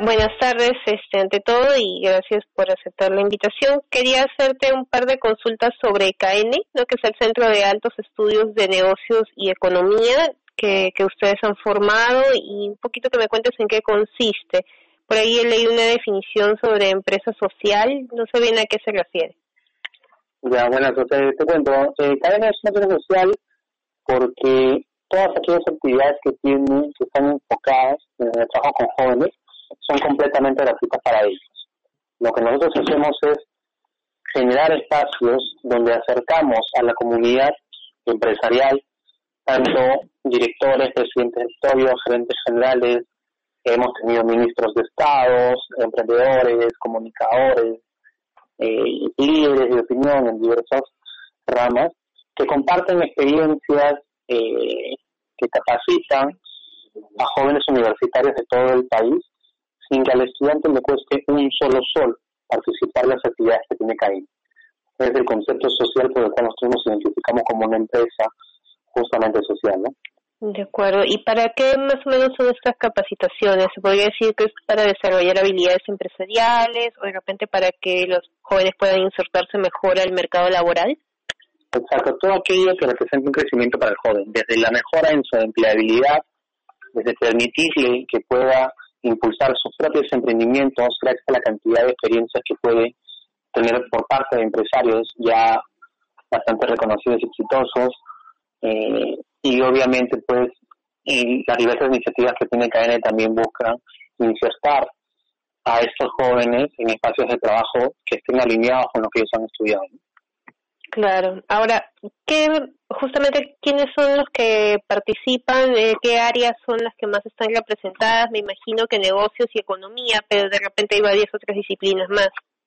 Buenas tardes, ante todo, y gracias por aceptar la invitación. Quería hacerte un par de consultas sobre KN, ¿no? Que es el Centro de Altos Estudios de Negocios y Economía que ustedes han formado, y un poquito que me cuentes en qué consiste. Por ahí he leído una definición sobre empresa social, no sé bien a qué se refiere. Ya, bueno, entonces te cuento. KN es una empresa social porque todas aquellas actividades que están enfocadas en el trabajo con jóvenes, son completamente gratuitas para ellos. Lo que nosotros hacemos es generar espacios donde acercamos a la comunidad empresarial, tanto directores, presidentes de directorio, gerentes generales, hemos tenido ministros de estados, emprendedores, comunicadores, líderes de opinión en diversas ramas, que comparten experiencias, que capacitan a jóvenes universitarios de todo el país, sin que al estudiante le cueste un solo sol participar en las actividades que tiene KN. Es el concepto social por el cual nosotros nos identificamos como una empresa justamente social, ¿no? De acuerdo. ¿Y para qué más o menos son estas capacitaciones? ¿Se podría decir que es para desarrollar habilidades empresariales o de repente para que los jóvenes puedan insertarse mejor al mercado laboral? Exacto, todo aquello que representa un crecimiento para el joven, desde la mejora en su empleabilidad, desde permitirle que pueda impulsar sus propios emprendimientos gracias a la cantidad de experiencias que puede tener por parte de empresarios ya bastante reconocidos y exitosos, y obviamente pues las diversas iniciativas que tiene KN también buscan insertar a estos jóvenes en espacios de trabajo que estén alineados con lo que ellos han estudiado, ¿no? Claro. Ahora, justamente quiénes son los que participan? ¿Qué áreas son las que más están representadas? Me imagino que negocios y economía, pero de repente hay varias otras disciplinas más.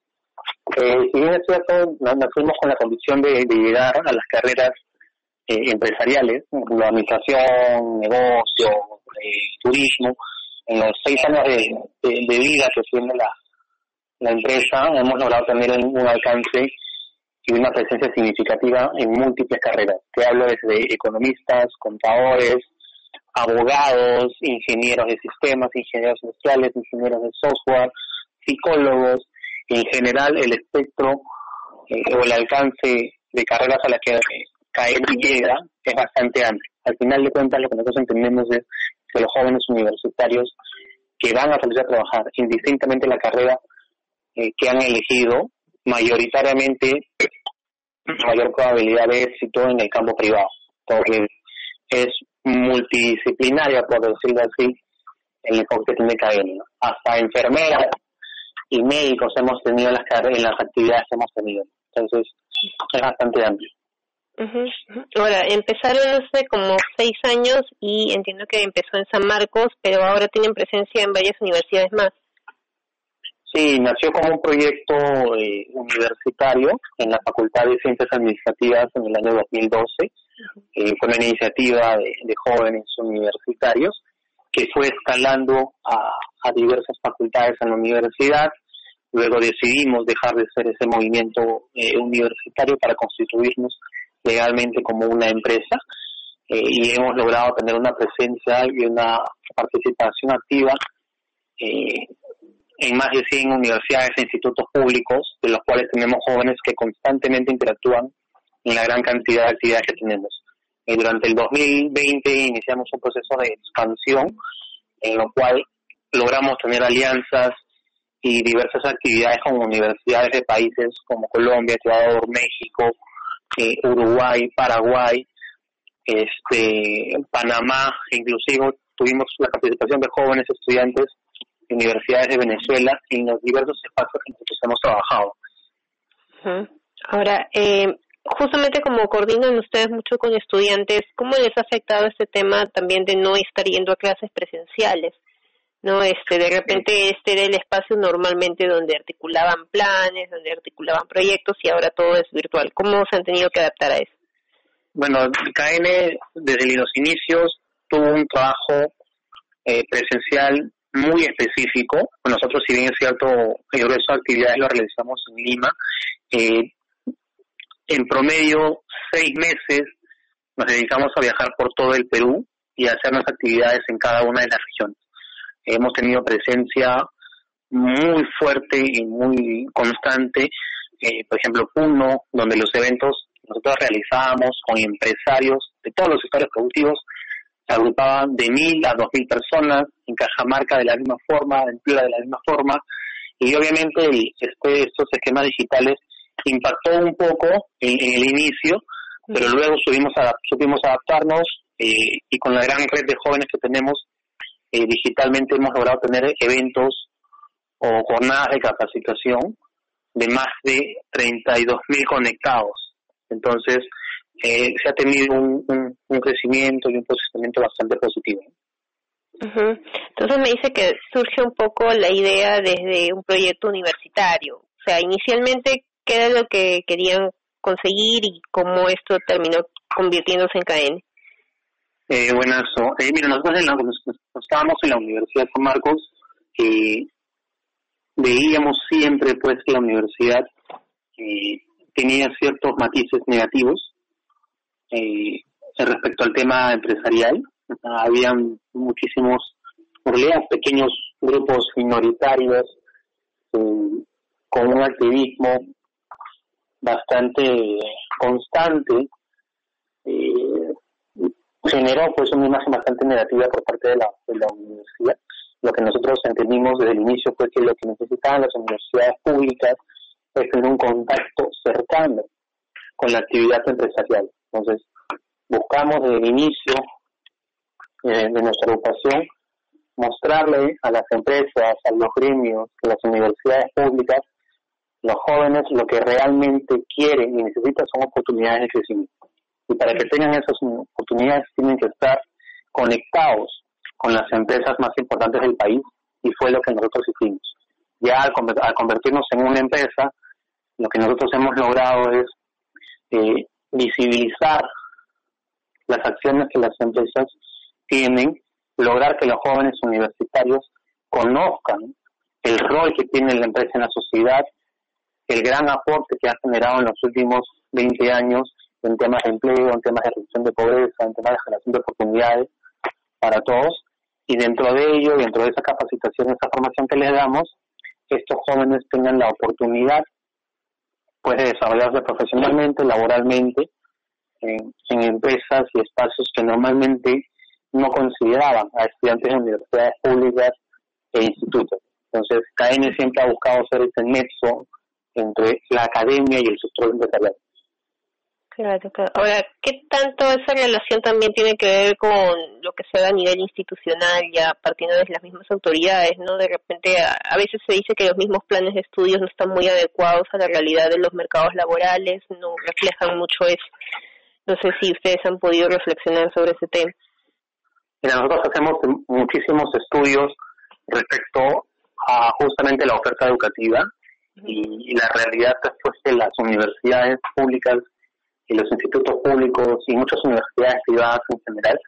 Si bien es cierto, nos fuimos con la convicción de llegar a las carreras empresariales, la administración, negocio, turismo. En los 6 años de vida que tiene la empresa, hemos logrado tener un alcance y una presencia significativa en múltiples carreras. Te hablo desde economistas, contadores, abogados, ingenieros de sistemas, ingenieros industriales, ingenieros de software, psicólogos. En general, el espectro o el alcance de carreras a las que KN llega es bastante amplio. Al final de cuentas, lo que nosotros entendemos es que los jóvenes universitarios que van a salir a trabajar, indistintamente la carrera que han elegido, mayoritariamente mayor probabilidad de éxito en el campo privado, porque es multidisciplinaria, por decirlo así, el enfoque que tiene KN, ¿no? Hasta enfermeras y médicos hemos tenido en las actividades que hemos tenido. Entonces, es bastante amplio. Ahora, empezaron hace como 6 años y entiendo que empezó en San Marcos, pero ahora tienen presencia en varias universidades más. Sí, nació como un proyecto universitario en la Facultad de Ciencias Administrativas en el año 2012. Fue una iniciativa de jóvenes universitarios que fue escalando a diversas facultades en la universidad. Luego decidimos dejar de ser ese movimiento universitario para constituirnos legalmente como una empresa, y hemos logrado tener una presencia y una participación activa en más de 100 universidades e institutos públicos, de los cuales tenemos jóvenes que constantemente interactúan en la gran cantidad de actividades que tenemos. Durante el 2020 iniciamos un proceso de expansión, en lo cual logramos tener alianzas y diversas actividades con universidades de países como Colombia, Ecuador, México, Uruguay, Paraguay, Panamá. Inclusive tuvimos la participación de jóvenes estudiantes de universidades de Venezuela en los diversos espacios en los que hemos trabajado. Ahora, justamente como coordinan ustedes mucho con estudiantes, ¿cómo les ha afectado este tema también de no estar yendo a clases presenciales? ¿No? De repente era el espacio normalmente donde articulaban planes, donde articulaban proyectos, y ahora todo es virtual. ¿Cómo se han tenido que adaptar a eso? Bueno, KN desde los inicios tuvo un trabajo presencial muy específico. Nosotros, si bien es cierto, el resto de actividades lo realizamos en Lima, en promedio 6 meses nos dedicamos a viajar por todo el Perú y a hacer las actividades en cada una de las regiones. Hemos tenido presencia muy fuerte y muy constante. Por ejemplo, Puno, donde los eventos nosotros realizábamos con empresarios de todos los sectores productivos, se agrupaban de 1.000 a 2.000 personas, en Cajamarca de la misma forma, en Piura de la misma forma, y obviamente estos esquemas digitales impactó un poco en el inicio, pero luego supimos adaptarnos, y con la gran red de jóvenes que tenemos, digitalmente hemos logrado tener eventos o jornadas de capacitación de más de 32.000 conectados. Entonces, se ha tenido un crecimiento y un posicionamiento bastante positivo. Uh-huh. Entonces me dice que surge un poco la idea desde un proyecto universitario. O sea, inicialmente, ¿qué era lo que querían conseguir y cómo esto terminó convirtiéndose en KN? Buenazo. Mira, nosotros estábamos en la Universidad de San Marcos, veíamos siempre pues que la universidad tenía ciertos matices negativos respecto al tema empresarial. Habían muchísimos, en realidad, pequeños grupos minoritarios con un activismo bastante constante. Generó pues una imagen bastante negativa por parte de la universidad. Lo que nosotros entendimos desde el inicio fue que lo que necesitaban las universidades públicas es tener un contacto cercano con la actividad empresarial. Entonces, buscamos desde el inicio de nuestra agrupación mostrarle a las empresas, a los gremios, a las universidades públicas, los jóvenes lo que realmente quieren y necesitan son oportunidades de crecimiento. Y para que tengan esas oportunidades tienen que estar conectados con las empresas más importantes del país, y fue lo que nosotros hicimos. Ya al convertirnos en una empresa, lo que nosotros hemos logrado es visibilizar las acciones que las empresas tienen, lograr que los jóvenes universitarios conozcan el rol que tiene la empresa en la sociedad, el gran aporte que ha generado en los últimos 20 años en temas de empleo, en temas de reducción de pobreza, en temas de generación de oportunidades para todos, y dentro de ello, dentro de esa capacitación, esa formación que les damos, estos jóvenes tengan la oportunidad pues de desarrollarse profesionalmente, laboralmente, en empresas y espacios que normalmente no consideraban a estudiantes de universidades públicas e institutos. Entonces, KN siempre ha buscado ser ese nexo entre la academia y el sector empresarial. Claro. Ahora, ¿qué tanto esa relación también tiene que ver con lo que se da a nivel institucional, ya partiendo de las mismas autoridades, ¿no? De repente, a veces se dice que los mismos planes de estudios no están muy adecuados a la realidad de los mercados laborales, no reflejan mucho eso. No sé si ustedes han podido reflexionar sobre ese tema. Mira, nosotros hacemos muchísimos estudios respecto a justamente la oferta educativa, y la realidad es pues que las universidades públicas y los institutos públicos y muchas universidades privadas en general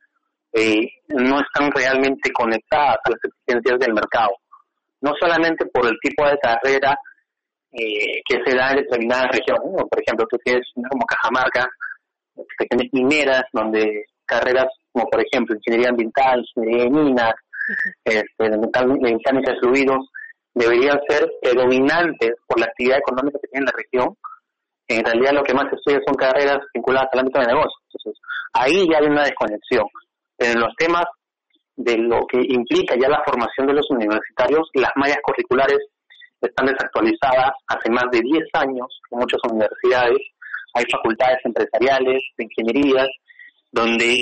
no están realmente conectadas a las exigencias del mercado. No solamente por el tipo de carrera que se da en determinadas regiones, ¿no? Por ejemplo, tú tienes como Cajamarca, regiones mineras, donde carreras como por ejemplo ingeniería ambiental, ingeniería de minas, mecánica de fluidos, deberían ser predominantes por la actividad económica que tiene la región. En realidad lo que más se estudia son carreras vinculadas al ámbito de negocio. Entonces, ahí ya hay una desconexión. Pero en los temas de lo que implica ya la formación de los universitarios, las mallas curriculares están desactualizadas hace más de 10 años en muchas universidades. Hay facultades empresariales, de ingenierías, donde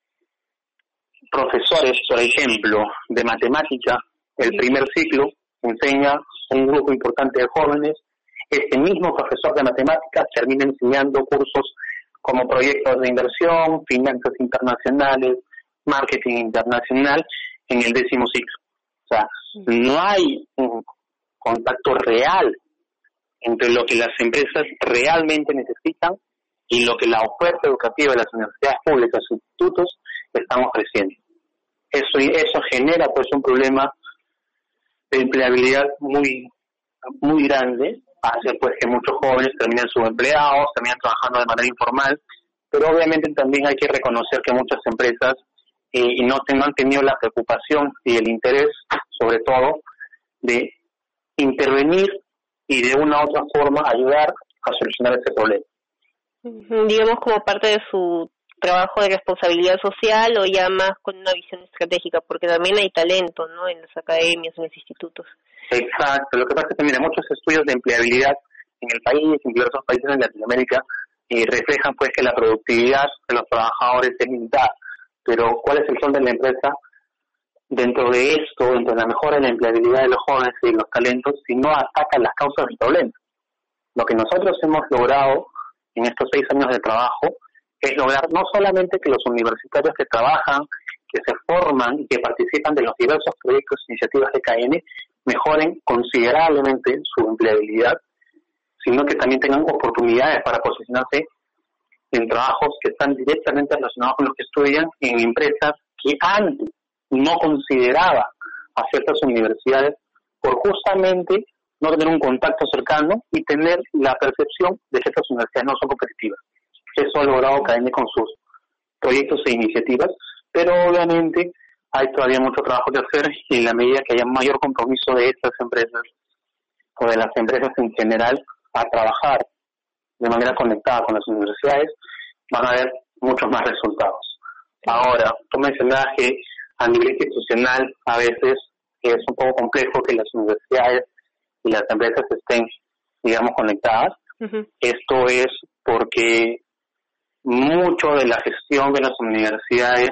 profesores, por ejemplo, de matemática, el primer ciclo, enseña un grupo importante de jóvenes. Este mismo profesor de matemáticas termina enseñando cursos como proyectos de inversión, finanzas internacionales, marketing internacional en el 10º ciclo. O sea, no hay un contacto real entre lo que las empresas realmente necesitan y lo que la oferta educativa de las universidades públicas e institutos están ofreciendo. Eso genera pues un problema de empleabilidad muy grande, hace pues que muchos jóvenes terminen subempleados, terminan trabajando de manera informal, pero obviamente también hay que reconocer que muchas empresas no han tenido la preocupación y el interés, sobre todo, de intervenir y de una u otra forma ayudar a solucionar ese problema. Digamos como parte de su trabajo de responsabilidad social o ya más con una visión estratégica, porque también hay talento, ¿no?, en las academias, en los institutos. Exacto, lo que pasa es que, mira, muchos estudios de empleabilidad en el país, en diversos países en Latinoamérica, reflejan pues que la productividad de los trabajadores es limitada, pero ¿cuál es el rol de la empresa dentro de esto, dentro de la mejora de la empleabilidad de los jóvenes y de los talentos, si no atacan las causas del problema? Lo que nosotros hemos logrado en estos 6 años de trabajo es lograr no solamente que los universitarios que trabajan, que se forman y que participan de los diversos proyectos e iniciativas de KN mejoren considerablemente su empleabilidad, sino que también tengan oportunidades para posicionarse en trabajos que están directamente relacionados con los que estudian en empresas que antes no consideraba a ciertas universidades por justamente no tener un contacto cercano y tener la percepción de que estas universidades no son competitivas. Eso ha logrado KN con sus proyectos e iniciativas, pero obviamente hay todavía mucho trabajo que hacer y en la medida que haya mayor compromiso de estas empresas o de las empresas en general a trabajar de manera conectada con las universidades, van a haber muchos más resultados. Ahora, tú mencionabas que a nivel institucional a veces es un poco complejo que las universidades y las empresas estén, digamos, conectadas. Uh-huh. Esto es porque mucho de la gestión de las universidades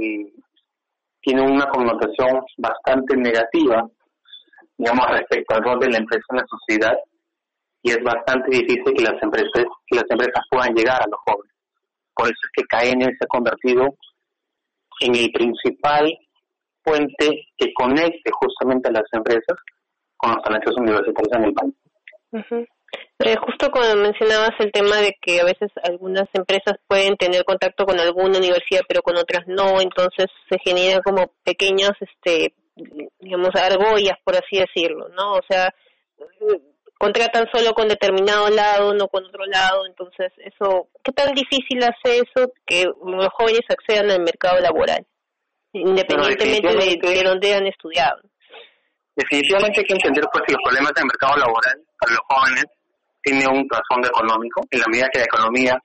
tiene una connotación bastante negativa, digamos, respecto al rol de la empresa en la sociedad, y es bastante difícil que las empresas puedan llegar a los jóvenes. Por eso es que KN se ha convertido en el principal puente que conecte justamente a las empresas con los talentos universitarios en el país. Uh-huh. Justo cuando mencionabas el tema de que a veces algunas empresas pueden tener contacto con alguna universidad pero con otras no, entonces se generan como pequeños, digamos, argollas, por así decirlo, ¿no? O sea, contratan solo con determinado lado, no con otro lado, entonces eso, ¿qué tan difícil hace eso que los jóvenes accedan al mercado laboral, independientemente de donde han estudiado? Definitivamente hay que entender pues que los problemas del mercado laboral para los jóvenes tiene un trasfondo económico. En la medida que la economía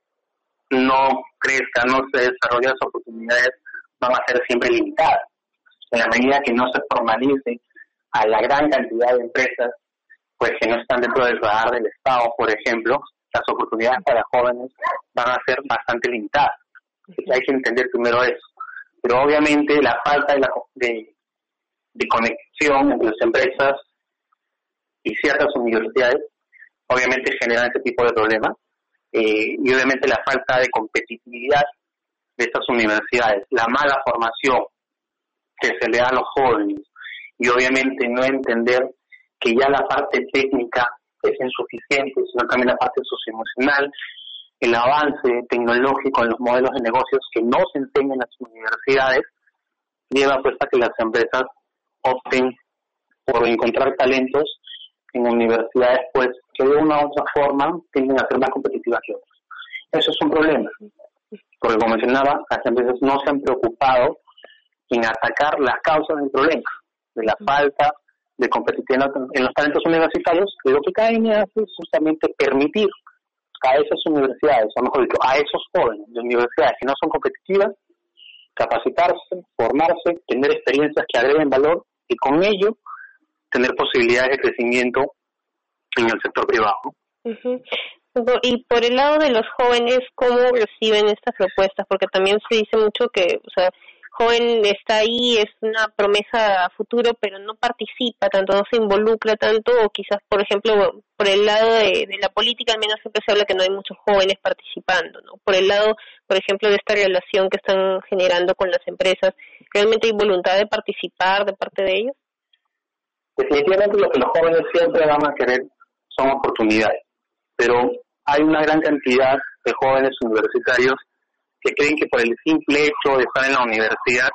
no crezca, no se desarrolle, las oportunidades van a ser siempre limitadas. En la medida que no se formalice a la gran cantidad de empresas pues que no están dentro del radar del Estado, por ejemplo, las oportunidades para jóvenes van a ser bastante limitadas. Hay que entender primero eso. Pero obviamente la falta de conexión entre las empresas y ciertas universidades obviamente generan ese tipo de problemas, y obviamente la falta de competitividad de estas universidades, la mala formación que se le da a los jóvenes y obviamente no entender que ya la parte técnica es insuficiente, sino también la parte socioemocional, el avance tecnológico en los modelos de negocios que no se enseñan en las universidades, lleva pues a que las empresas opten por encontrar talentos en universidades pues que de una u otra forma tienden a ser más competitivas que otras. Eso es un problema, porque como mencionaba, las empresas no se han preocupado en atacar las causas del problema, de la falta de competitividad en los talentos universitarios. Lo que KN hace es justamente permitir a esas universidades, o mejor dicho, a esos jóvenes de universidades que no son competitivas, capacitarse, formarse, tener experiencias que agreguen valor y con ello tener posibilidades de crecimiento en el sector privado. Uh-huh. Y por el lado de los jóvenes, ¿cómo reciben estas propuestas? Porque también se dice mucho que, o sea, joven está ahí, es una promesa a futuro, pero no participa tanto, no se involucra tanto, o quizás, por ejemplo, por el lado de la política, al menos siempre se habla que no hay muchos jóvenes participando, ¿no? Por el lado, por ejemplo, de esta relación que están generando con las empresas, ¿realmente hay voluntad de participar de parte de ellos? Definitivamente lo que los jóvenes siempre van a querer son oportunidades, pero hay una gran cantidad de jóvenes universitarios que creen que por el simple hecho de estar en la universidad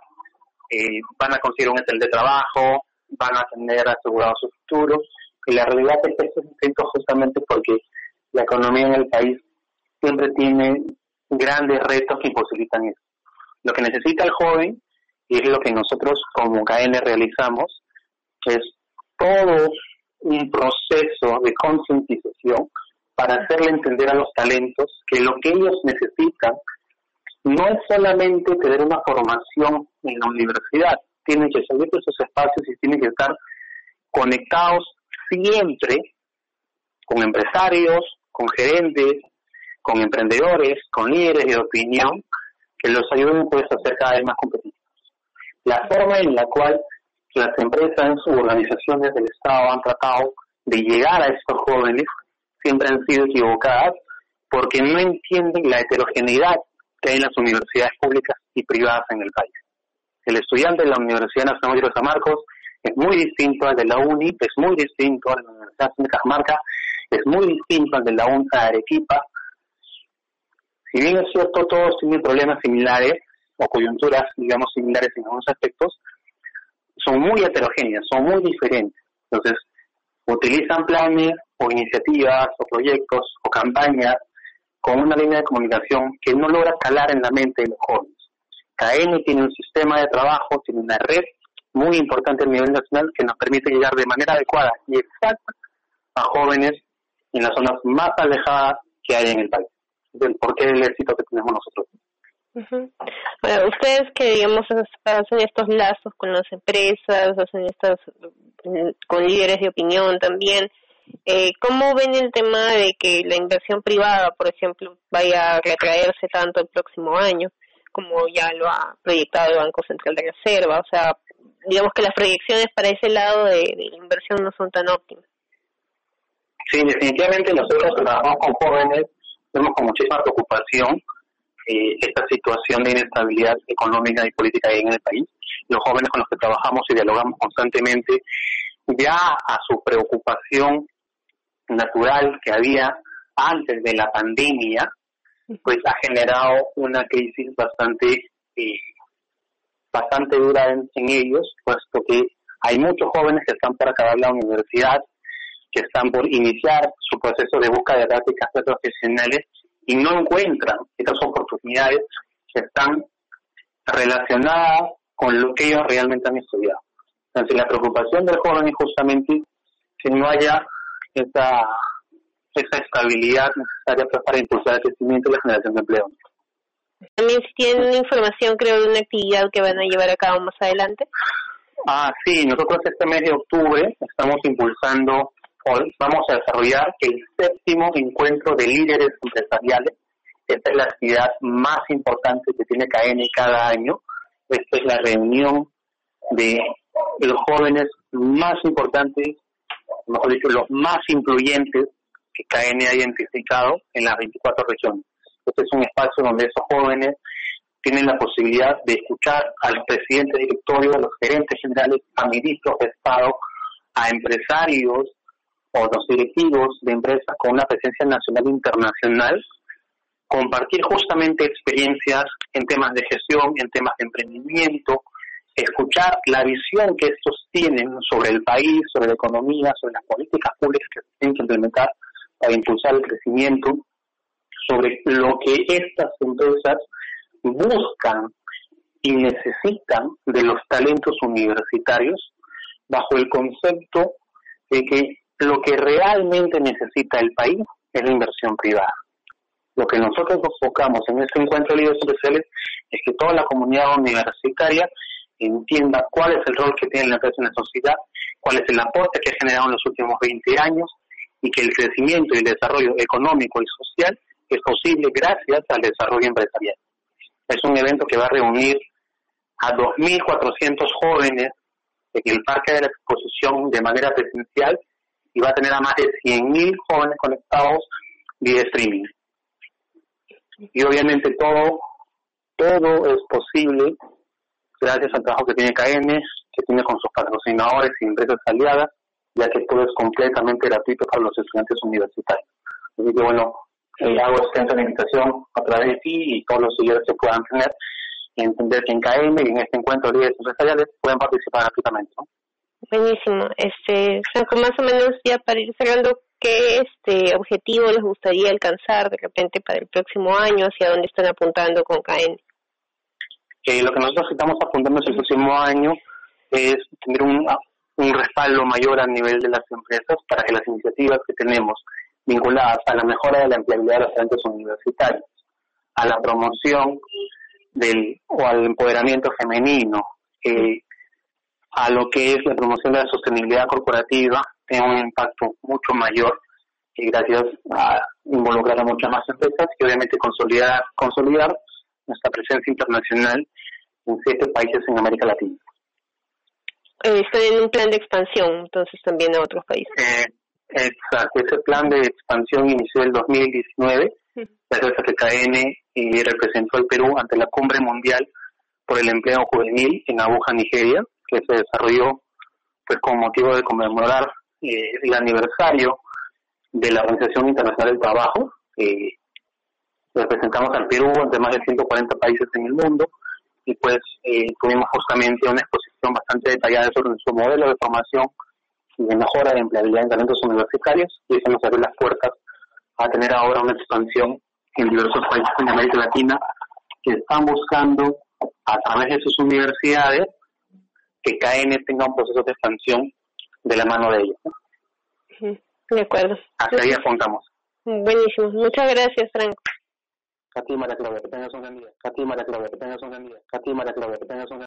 van a conseguir un excelente trabajo, van a tener asegurado su futuro, y la realidad es que esto es distinto justamente porque la economía en el país siempre tiene grandes retos que imposibilitan eso. Lo que necesita el joven, y es lo que nosotros como KN realizamos, es todo un proceso de concientización para hacerle entender a los talentos que lo que ellos necesitan no es solamente tener una formación en la universidad, tienen que salir de esos espacios y tienen que estar conectados siempre con empresarios, con gerentes, con emprendedores, con líderes de opinión que los ayuden pues, a ser cada vez más competitivos. La forma en la cual las empresas u organizaciones del Estado han tratado de llegar a estos jóvenes siempre han sido equivocadas porque no entienden la heterogeneidad que hay en las universidades públicas y privadas en el país. El estudiante de la Universidad Nacional de San Marcos es muy distinto al de la UNI, es muy distinto al de la Universidad de Cajamarca, es muy distinto al de la UNSA de Arequipa. Si bien es cierto, todos tienen problemas similares o coyunturas, digamos, similares en algunos aspectos, son muy heterogéneas, son muy diferentes. Entonces, utilizan planes o iniciativas o proyectos o campañas con una línea de comunicación que no logra calar en la mente de los jóvenes. KN tiene un sistema de trabajo, tiene una red muy importante a nivel nacional que nos permite llegar de manera adecuada y exacta a jóvenes en las zonas más alejadas que hay en el país. Del porqué del éxito que tenemos nosotros. Uh-huh. Bueno, ustedes que digamos hacen estos lazos con las empresas, hacen estas con líderes de opinión también, ¿cómo ven el tema de que la inversión privada, por ejemplo, vaya a retraerse tanto el próximo año, como ya lo ha proyectado el Banco Central de Reserva? O sea, digamos que las proyecciones para ese lado de la inversión no son tan óptimas. Sí, definitivamente nosotros trabajamos con jóvenes, vemos con muchísima preocupación esta situación de inestabilidad económica y política en el país. Los jóvenes con los que trabajamos y dialogamos constantemente, ya a su preocupación natural que había antes de la pandemia, pues ha generado una crisis bastante dura en ellos, puesto que hay muchos jóvenes que están por acabar la universidad, que están por iniciar su proceso de búsqueda de prácticas profesionales y no encuentran estas oportunidades que están relacionadas con lo que ellos realmente han estudiado. Entonces, la preocupación del joven es justamente que no haya esa estabilidad necesaria para impulsar el crecimiento y la generación de empleo. También si tienen una información, creo, de una actividad que van a llevar a cabo más adelante. Sí, nosotros este mes de octubre estamos impulsando, vamos a desarrollar el 7º encuentro de líderes empresariales. Esta es la actividad más importante que tiene KN cada año. Esta es la reunión de los jóvenes más importantes, mejor dicho, los más influyentes que KN ha identificado en las 24 regiones. Este es un espacio donde esos jóvenes tienen la posibilidad de escuchar al presidente directorio, a los gerentes generales, a ministros de Estado, a empresarios o los directivos de empresas con una presencia nacional e internacional, compartir justamente experiencias en temas de gestión, en temas de emprendimiento, escuchar la visión que estos tienen sobre el país, sobre la economía, sobre las políticas públicas que se tienen que implementar para impulsar el crecimiento, sobre lo que estas empresas buscan y necesitan de los talentos universitarios, bajo el concepto de que lo que realmente necesita el país es la inversión privada. Lo que nosotros nos enfocamos en este encuentro de líderes empresariales es que toda la comunidad universitaria entienda cuál es el rol que tiene la empresa en la sociedad, cuál es el aporte que ha generado en los últimos 20 años y que el crecimiento y el desarrollo económico y social es posible gracias al desarrollo empresarial. Es un evento que va a reunir a 2.400 jóvenes en el Parque de la Exposición de manera presencial y va a tener a más de 100.000 jóvenes conectados vía streaming. Y obviamente todo es posible gracias al trabajo que tiene KN, que tiene con sus patrocinadores y empresas aliadas, ya que todo es completamente gratuito para los estudiantes universitarios. Así que bueno, hago extensa la invitación a través de ti y todos los seguidores que puedan tener, y entender que en KM y en este encuentro de líderes empresariales pueden participar gratuitamente, ¿no? Buenísimo. Franco, más o menos ya para ir cerrando, ¿qué objetivo les gustaría alcanzar de repente para el próximo año? ¿Hacia dónde están apuntando con KN? Lo que nosotros estamos apuntando hacia el próximo año es tener un respaldo mayor a nivel de las empresas para que las iniciativas que tenemos vinculadas a la mejora de la empleabilidad de los estudiantes universitarios, a la promoción o al empoderamiento femenino, a lo que es la promoción de la sostenibilidad corporativa, tenga un impacto mucho mayor, gracias a involucrar a muchas más empresas y obviamente consolidar nuestra presencia internacional en 7 países en América Latina. Están en un plan de expansión, entonces también a otros países. Exacto, ese plan de expansión inició en el 2019, gracias a que KN representó al Perú ante la Cumbre Mundial por el Empleo Juvenil en Abuja, Nigeria, que se desarrolló pues con motivo de conmemorar el aniversario de la Organización Internacional del Trabajo. Representamos al Perú ante más de 140 países en el mundo y pues tuvimos justamente una exposición bastante detallada sobre nuestro modelo de formación y de mejora de empleabilidad en talentos universitarios, y eso nos abre las puertas a tener ahora una expansión en diversos países de América Latina que están buscando a través de sus universidades que KN tenga un proceso de expansión de la mano de ellos, ¿no? De acuerdo. Hasta ahí apuntamos. Buenísimo. Muchas gracias, Franco. A ti, María Claudia, que tengas un gran día. A ti, María Claudia, que tengas un gran día. A ti, María Claudia, que tengas un gran día.